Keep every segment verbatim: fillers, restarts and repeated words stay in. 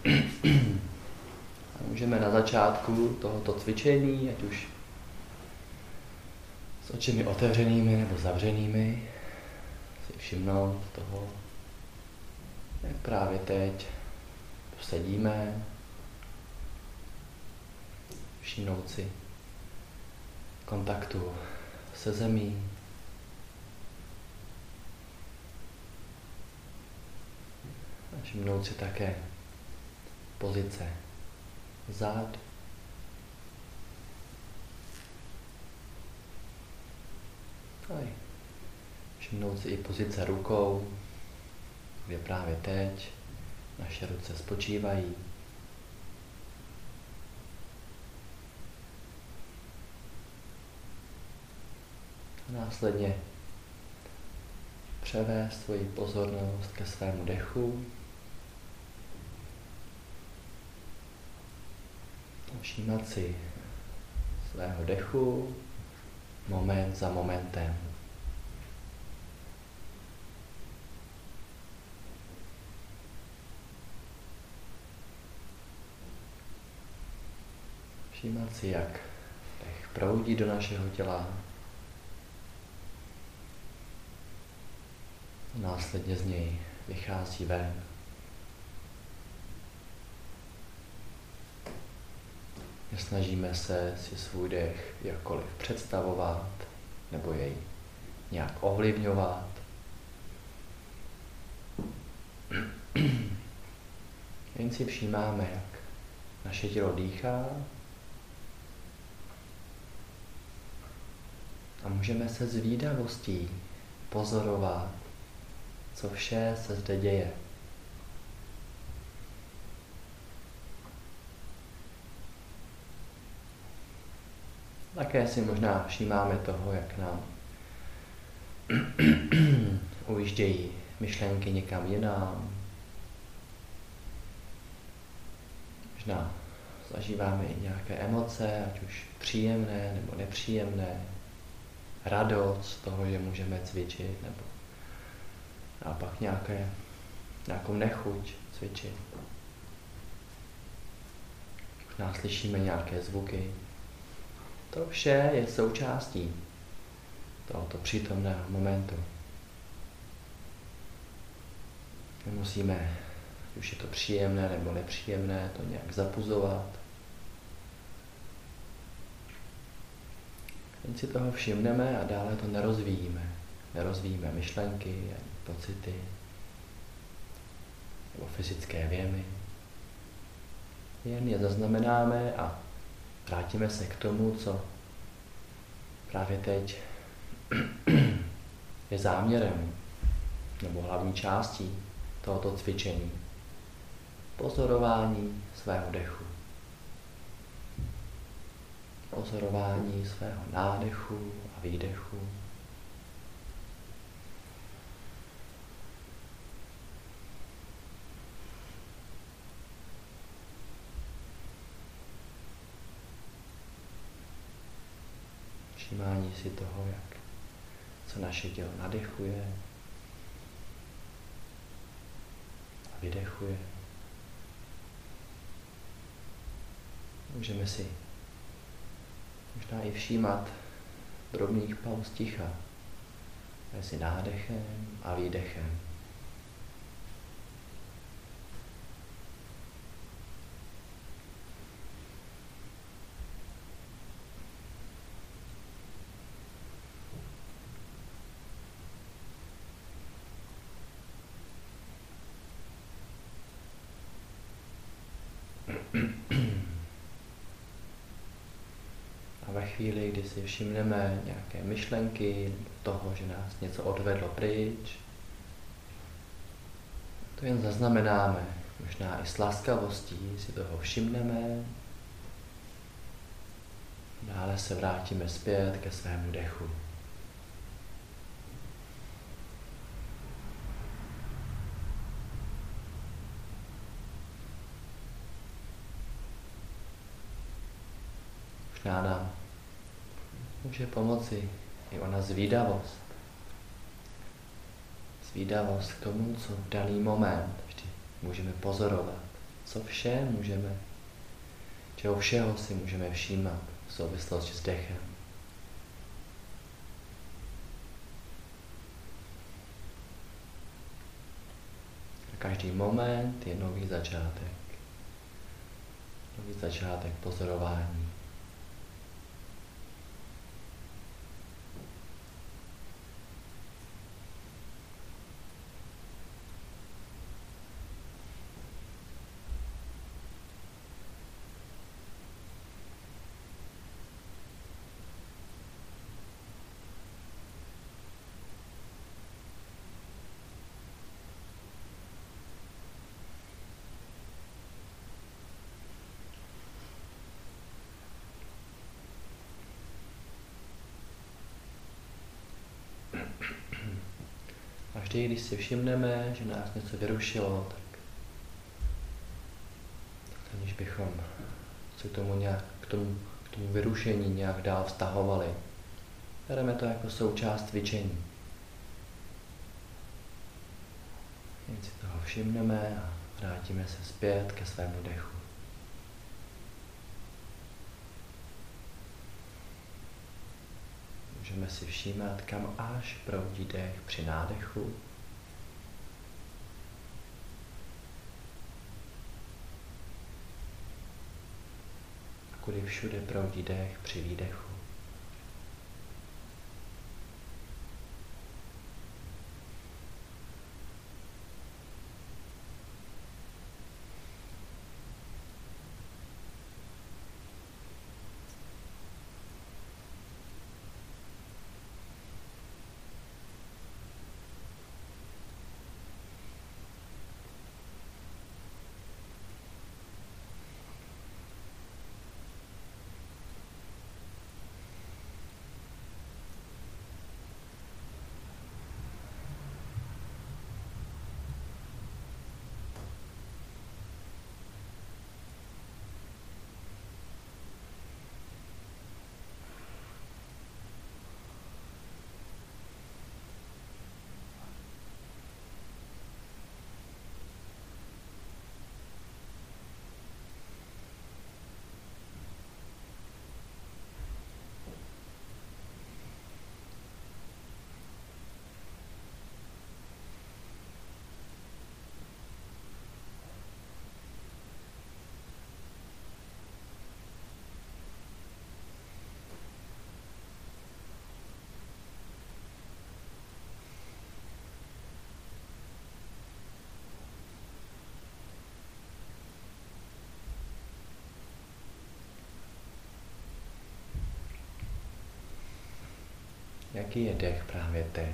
A můžeme na začátku tohoto cvičení, ať už s očimi otevřenými nebo zavřenými, si všimnout toho, jak právě teď sedíme, všimnout si kontaktu se zemí, a všimnout si také pozice zád, a všimnout si i pozice rukou, kde právě teď naše ruce spočívají. A následně převést svoji pozornost ke svému dechu. Všímat si svého dechu moment za momentem. Všímat si, jak dech proudí do našeho těla. A následně z něj vychází ven. Nesnažíme se si svůj dech jakkoliv představovat nebo jej nějak ovlivňovat. Jen si všímáme, jak naše tělo dýchá, a můžeme se zvídavostí pozorovat, co vše se zde děje. Také si možná všímáme toho, jak nám ujíždějí myšlenky někam jinam. Možná zažíváme i nějaké emoce, ať už příjemné nebo nepříjemné. Radost z toho, že můžeme cvičit, nebo naopak nějaké, nějakou nechuť cvičit. Možná slyšíme nějaké zvuky. To vše je součástí tohoto přítomného momentu. Nemusíme, už je to příjemné nebo nepříjemné, to nějak zapuzovat. Jen si toho všimneme a dále to nerozvíjíme. Nerozvíjíme myšlenky, pocity nebo fyzické věmy. Jen je zaznamenáme a vrátíme se k tomu, co právě teď je záměrem nebo hlavní částí tohoto cvičení. Pozorování svého dechu. Pozorování svého nádechu a výdechu. Všímání si toho, jak co naše tělo nadechuje a vydechuje. Můžeme si možná i všímat drobných pauz ticha mezi nádechem a výdechem. A ve chvíli, kdy si všimneme nějaké myšlenky, toho, že nás něco odvedlo pryč, to jen zaznamenáme. Možná i s laskavostí si toho všimneme. Dále se vrátíme zpět ke svému dechu. Možná nám může pomoci i ona zvídavost. Zvídavost k tomu, co v daný moment vždy můžeme pozorovat, co vše můžeme, čeho všeho si můžeme všímat v souvislosti s dechem. A každý moment je nový začátek. Nový začátek pozorování. A vždy, když si všimneme, že nás něco vyrušilo, tak, tak aniž bychom se k tomu, nějak, k, tomu, k tomu vyrušení nějak dál vztahovali, bereme to jako součást cvičení. Jen si toho všimneme a vrátíme se zpět ke svému dechu. Můžeme si všímat, kam až proudí dech při nádechu. A kudy všude proudí dech při výdechu. Jaký je dech právě teď?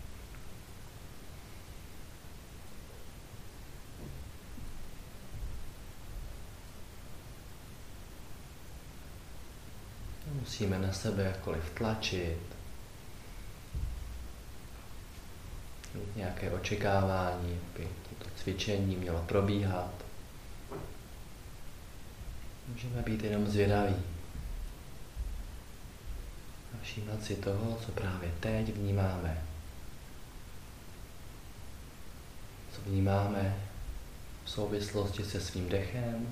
Musíme na sebe jakkoliv tlačit, mít nějaké očekávání, aby toto cvičení mělo probíhat. Můžeme být jenom zvědaví. A všímat si toho, co právě teď vnímáme. Co vnímáme v souvislosti se svým dechem.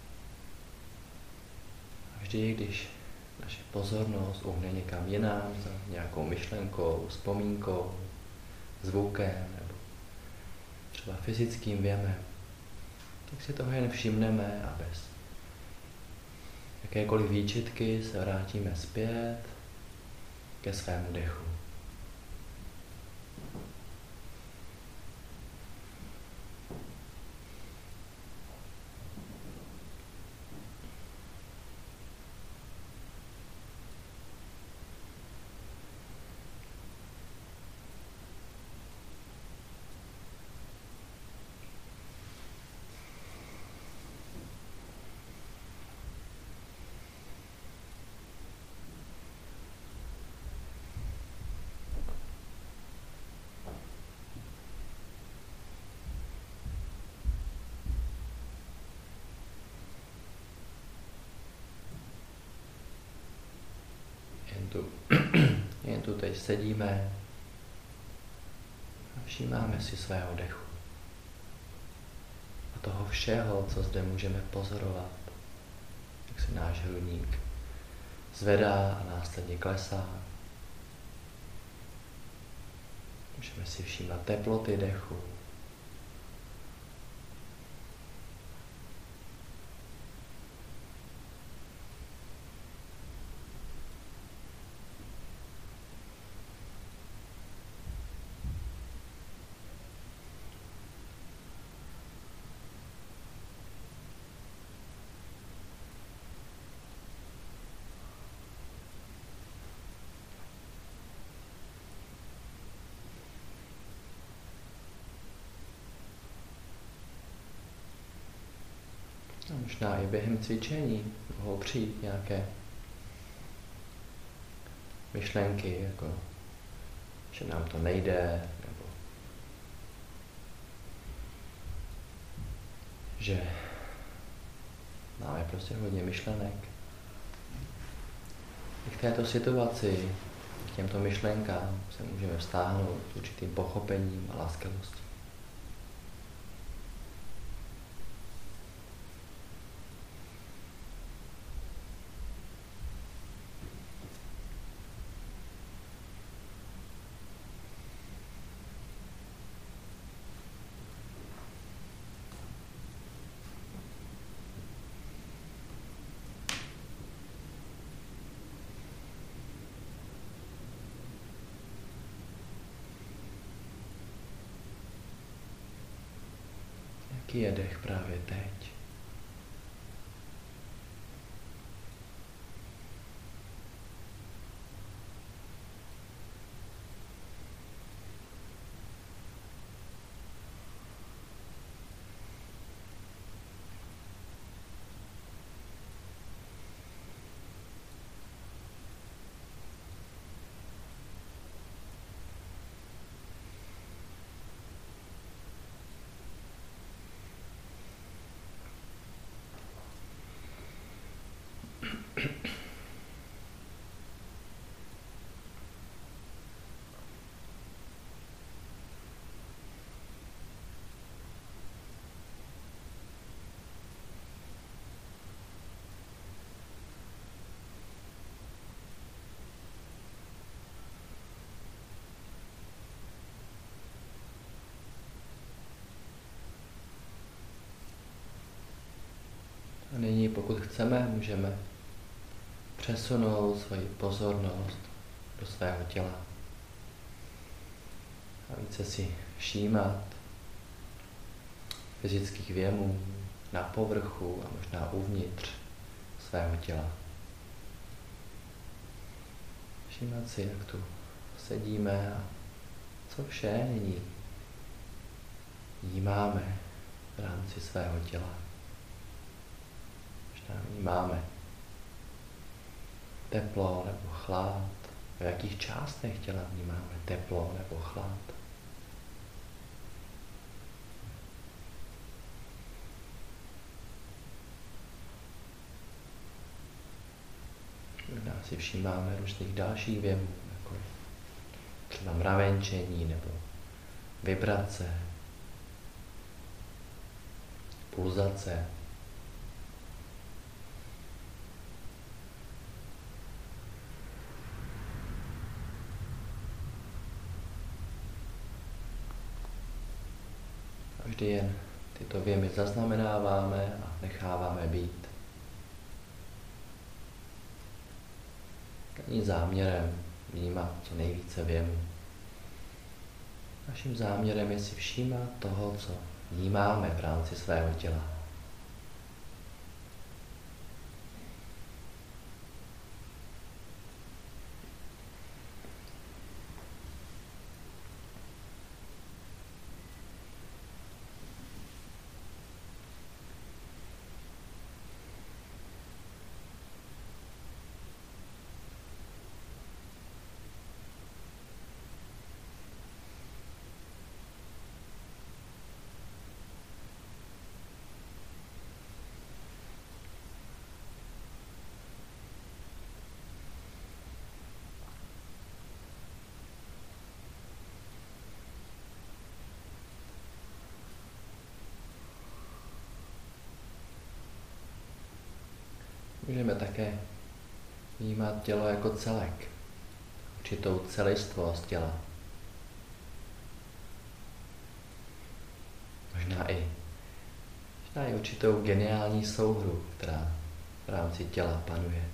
A vždy, když naše pozornost uhne někam jinam, za nějakou myšlenkou, vzpomínkou, zvukem nebo třeba fyzickým věmem, tak si toho jen všimneme a bez jakékoliv výčitky se vrátíme zpět ke svému dechu. Jen tu, jen tu teď sedíme a všímáme si svého dechu. A toho všeho, co zde můžeme pozorovat, jak se náš hrudník zvedá a následně klesá. Můžeme si všímat teploty dechu. A možná i během cvičení mohou přijít nějaké myšlenky, jako že nám to nejde, nebo že máme prostě hodně myšlenek. I k této situaci, k těmto myšlenkám se můžeme vztáhnout s určitým pochopením a laskavostí. Jaký je dech právě teď? A nyní, pokud chceme, můžeme přesunout svoji pozornost do svého těla a více si všímat fyzických věmů na povrchu a možná uvnitř svého těla. Všímat si, jak tu sedíme a co vše nyní vnímáme v rámci svého těla. Možná vnímáme teplo nebo chlad. V jakých částech těla vnímáme teplo nebo chlad. Možná si všímáme různých dalších věmů, jako třeba mravenčení nebo vibrace, pulzace. A vždy jen tyto věmy zaznamenáváme a necháváme být. Není záměrem vnímat co nejvíce věmů. Naším záměrem je si všímat toho, co vnímáme v rámci svého těla. Můžeme také vnímat tělo jako celek, určitou celistvost těla. Možná i, možná i určitou geniální souhru, která v rámci těla panuje.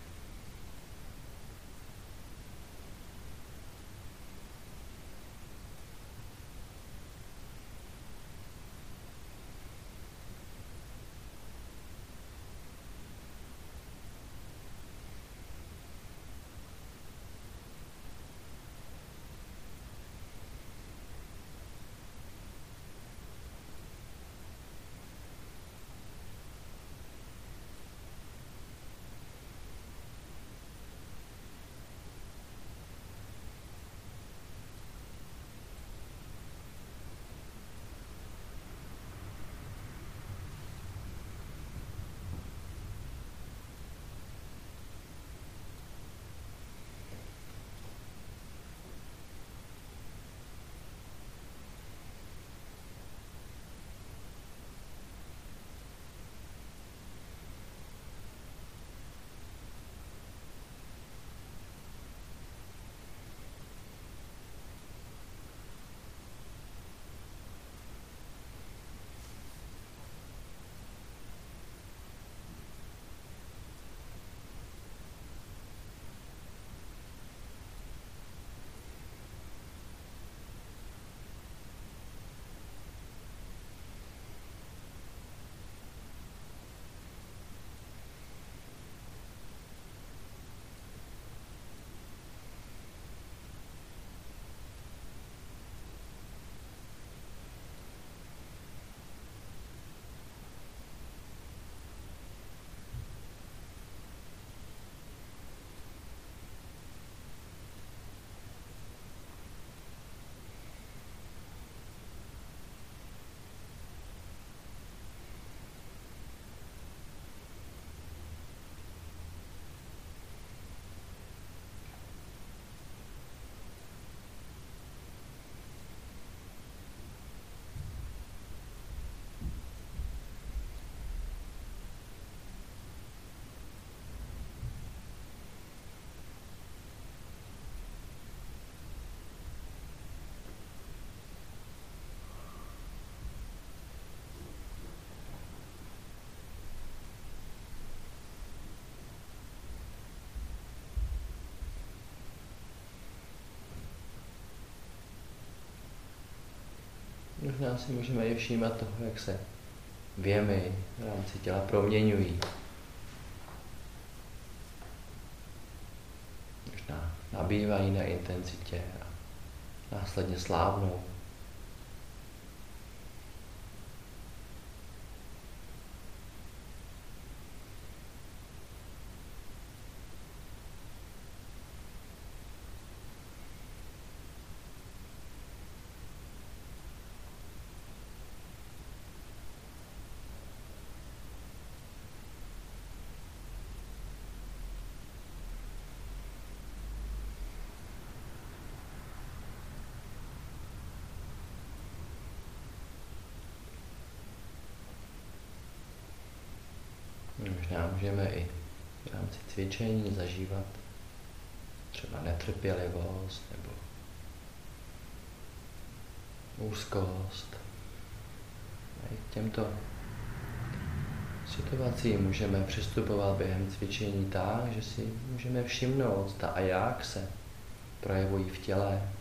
Možná si můžeme i všímat toho, jak se věmy v rámci těla proměňují. Možná nabývají na intenzitě a následně slábnou. Možná můžeme i v rámci cvičení zažívat třeba netrpělivost nebo úzkost. A i k těmto situacím můžeme přistupovat během cvičení tak, že si můžeme všimnout, zda a jak se projevují v těle.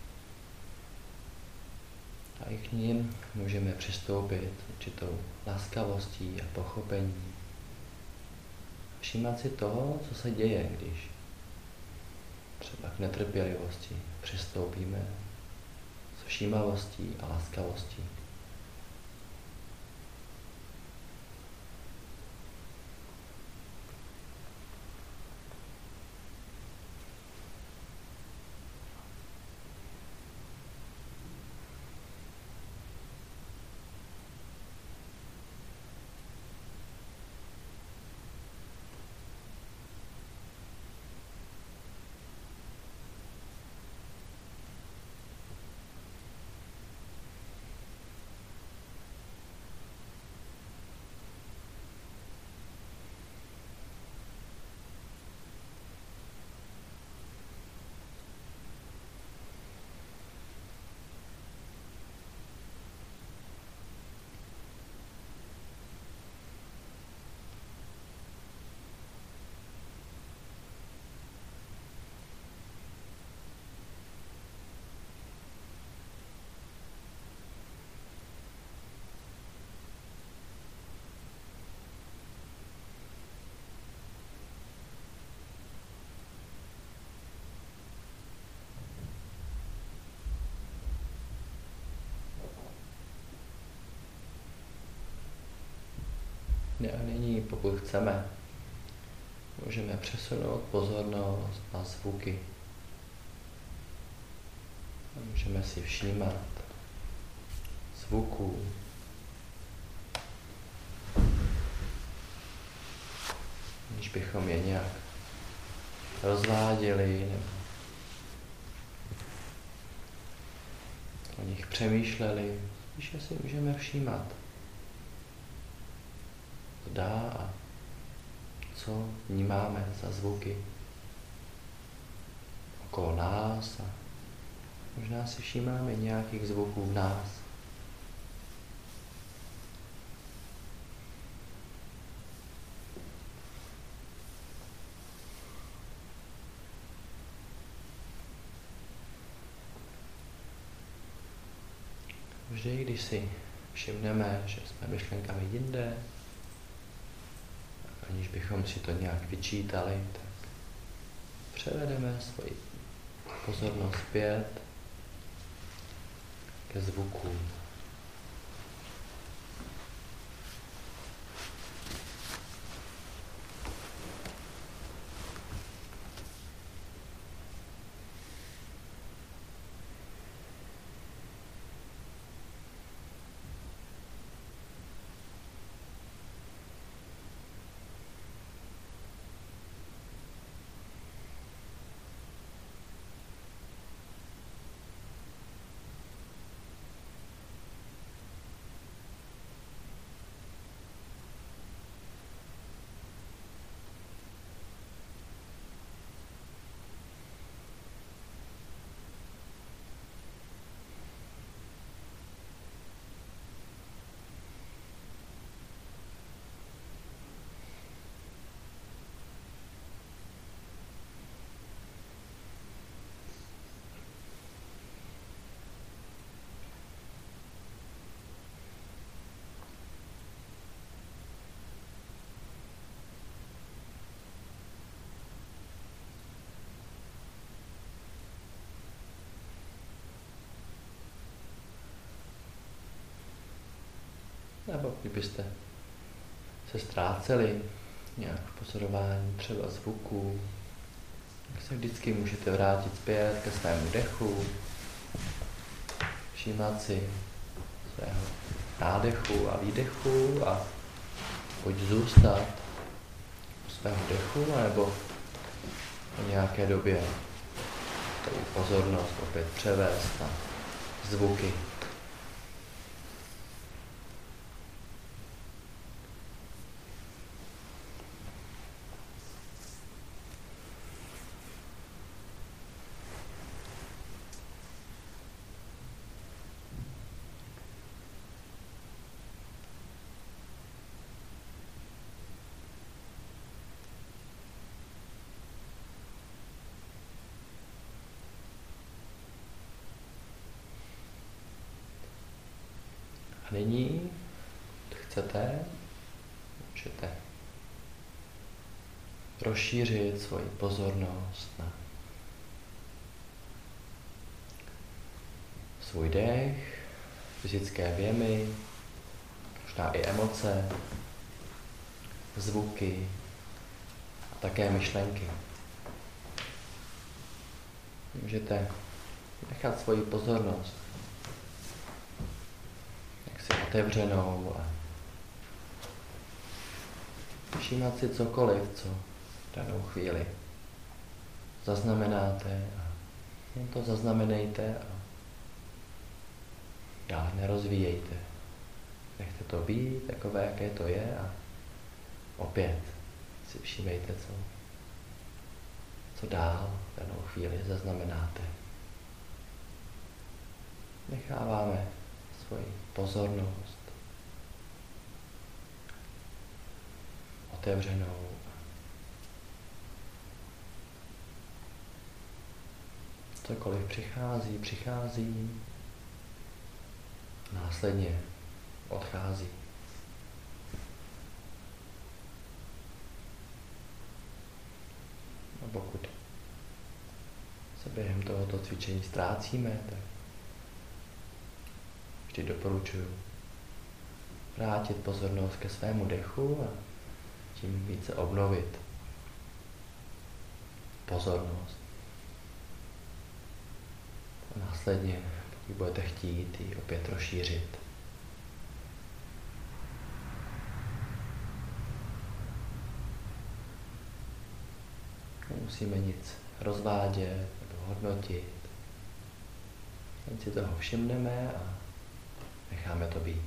A i k nim můžeme přistoupit určitou laskavostí a pochopením. Všímat si toho, co se děje, když třeba k netrpělivosti přistoupíme s všímavostí a laskavostí. A nyní, pokud chceme, můžeme přesunout pozornost na zvuky. A můžeme si všímat zvuků, aniž bychom je nějak rozváděli nebo o nich přemýšleli, spíše si můžeme všímat, co dá a co vnímáme za zvuky okolo nás a možná si všímáme nějakých zvuků v nás. Vždy, když si všimneme, že jsme myšlenkami jinde, aniž bychom si to nějak vyčítali, tak převedeme svoji pozornost zpět ke zvuku. Nebo kdybyste se ztráceli nějak v pozorování třeba zvuků, tak se vždycky můžete vrátit zpět ke svému dechu, všímat si svého nádechu a výdechu a buď zůstat u svého dechu, nebo po nějaké době tu pozornost opět převést na zvuky. A nyní, pokud chcete, můžete rozšířit svoji pozornost na svůj dech, fyzické vjemy, možná i emoce, zvuky a také myšlenky. Můžete nechat svoji pozornost otevřenou a všímat si cokoliv, co v danou chvíli zaznamenáte a jen to zaznamenejte a dále nerozvíjejte. Nechte to být takové, jaké to je a opět si všímejte, co, co dál v danou chvíli zaznamenáte. Necháváme svoji pozornost otevřenou. Cokoliv přichází, přichází, následně odchází. A pokud se během tohoto cvičení ztrácíme, tak vždy doporučuji vrátit pozornost ke svému dechu a tím více obnovit pozornost. A následně, pokud budete chtít, ji opět rozšířit. Nemusíme nic rozvádět nebo hodnotit. Jen si toho všimneme a necháme to být.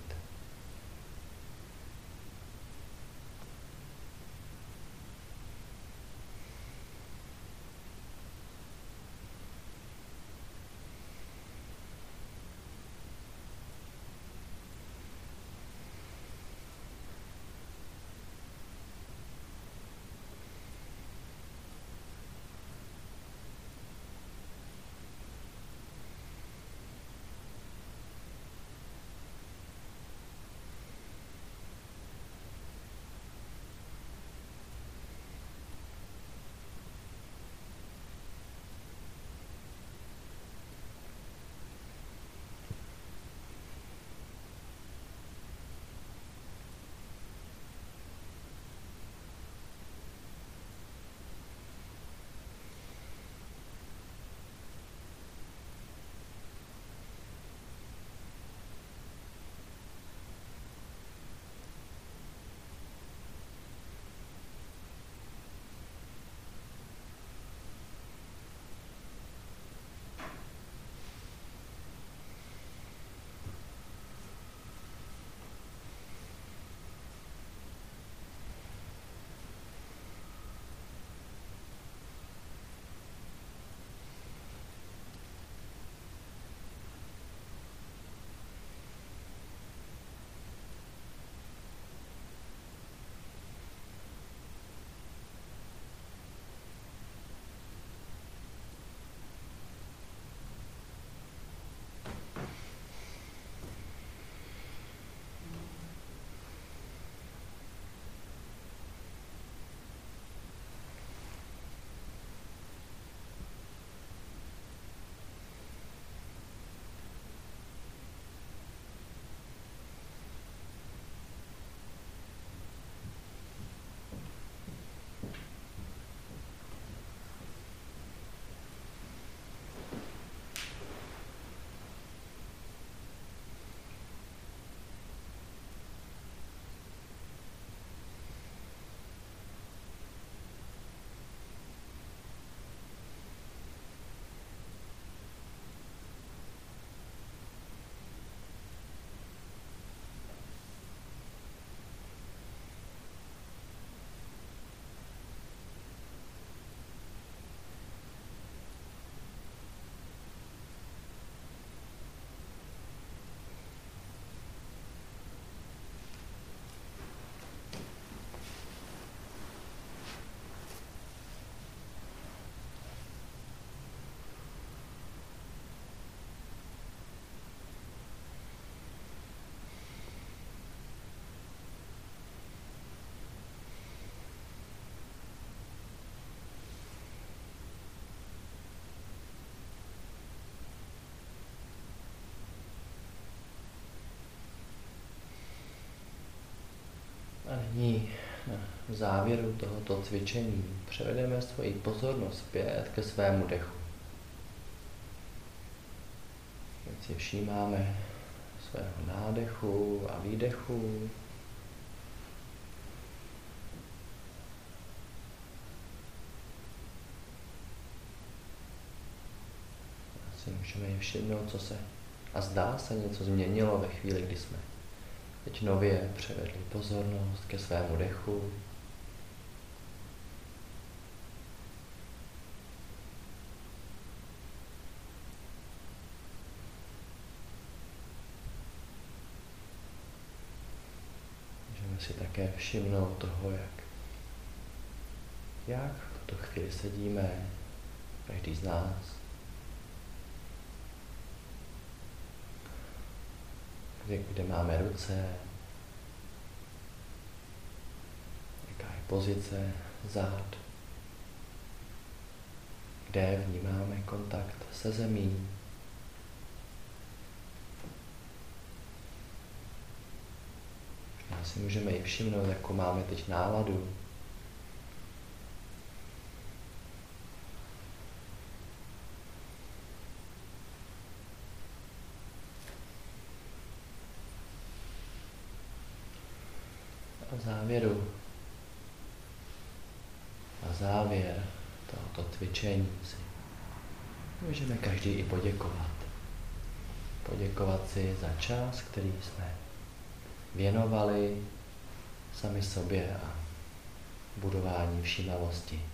A nyní v závěru tohoto cvičení převedeme svoji pozornost zpět ke svému dechu. Teď si všímáme svého nádechu a výdechu. Si můžeme je všimnout, co se a zdá se něco změnilo ve chvíli, kdy jsme teď nově převedli pozornost ke svému dechu. Můžeme si také všimnout toho, jak, jak v tuto chvíli sedíme, každý z nás. Kde, kde máme ruce, jaká je pozice zád, kde vnímáme kontakt se zemí. A si můžeme i všimnout, jakou máme teď náladu. A v závěru, na závěr tohoto cvičení si můžeme každý i poděkovat. Poděkovat si za čas, který jsme věnovali sami sobě a budování všímavosti.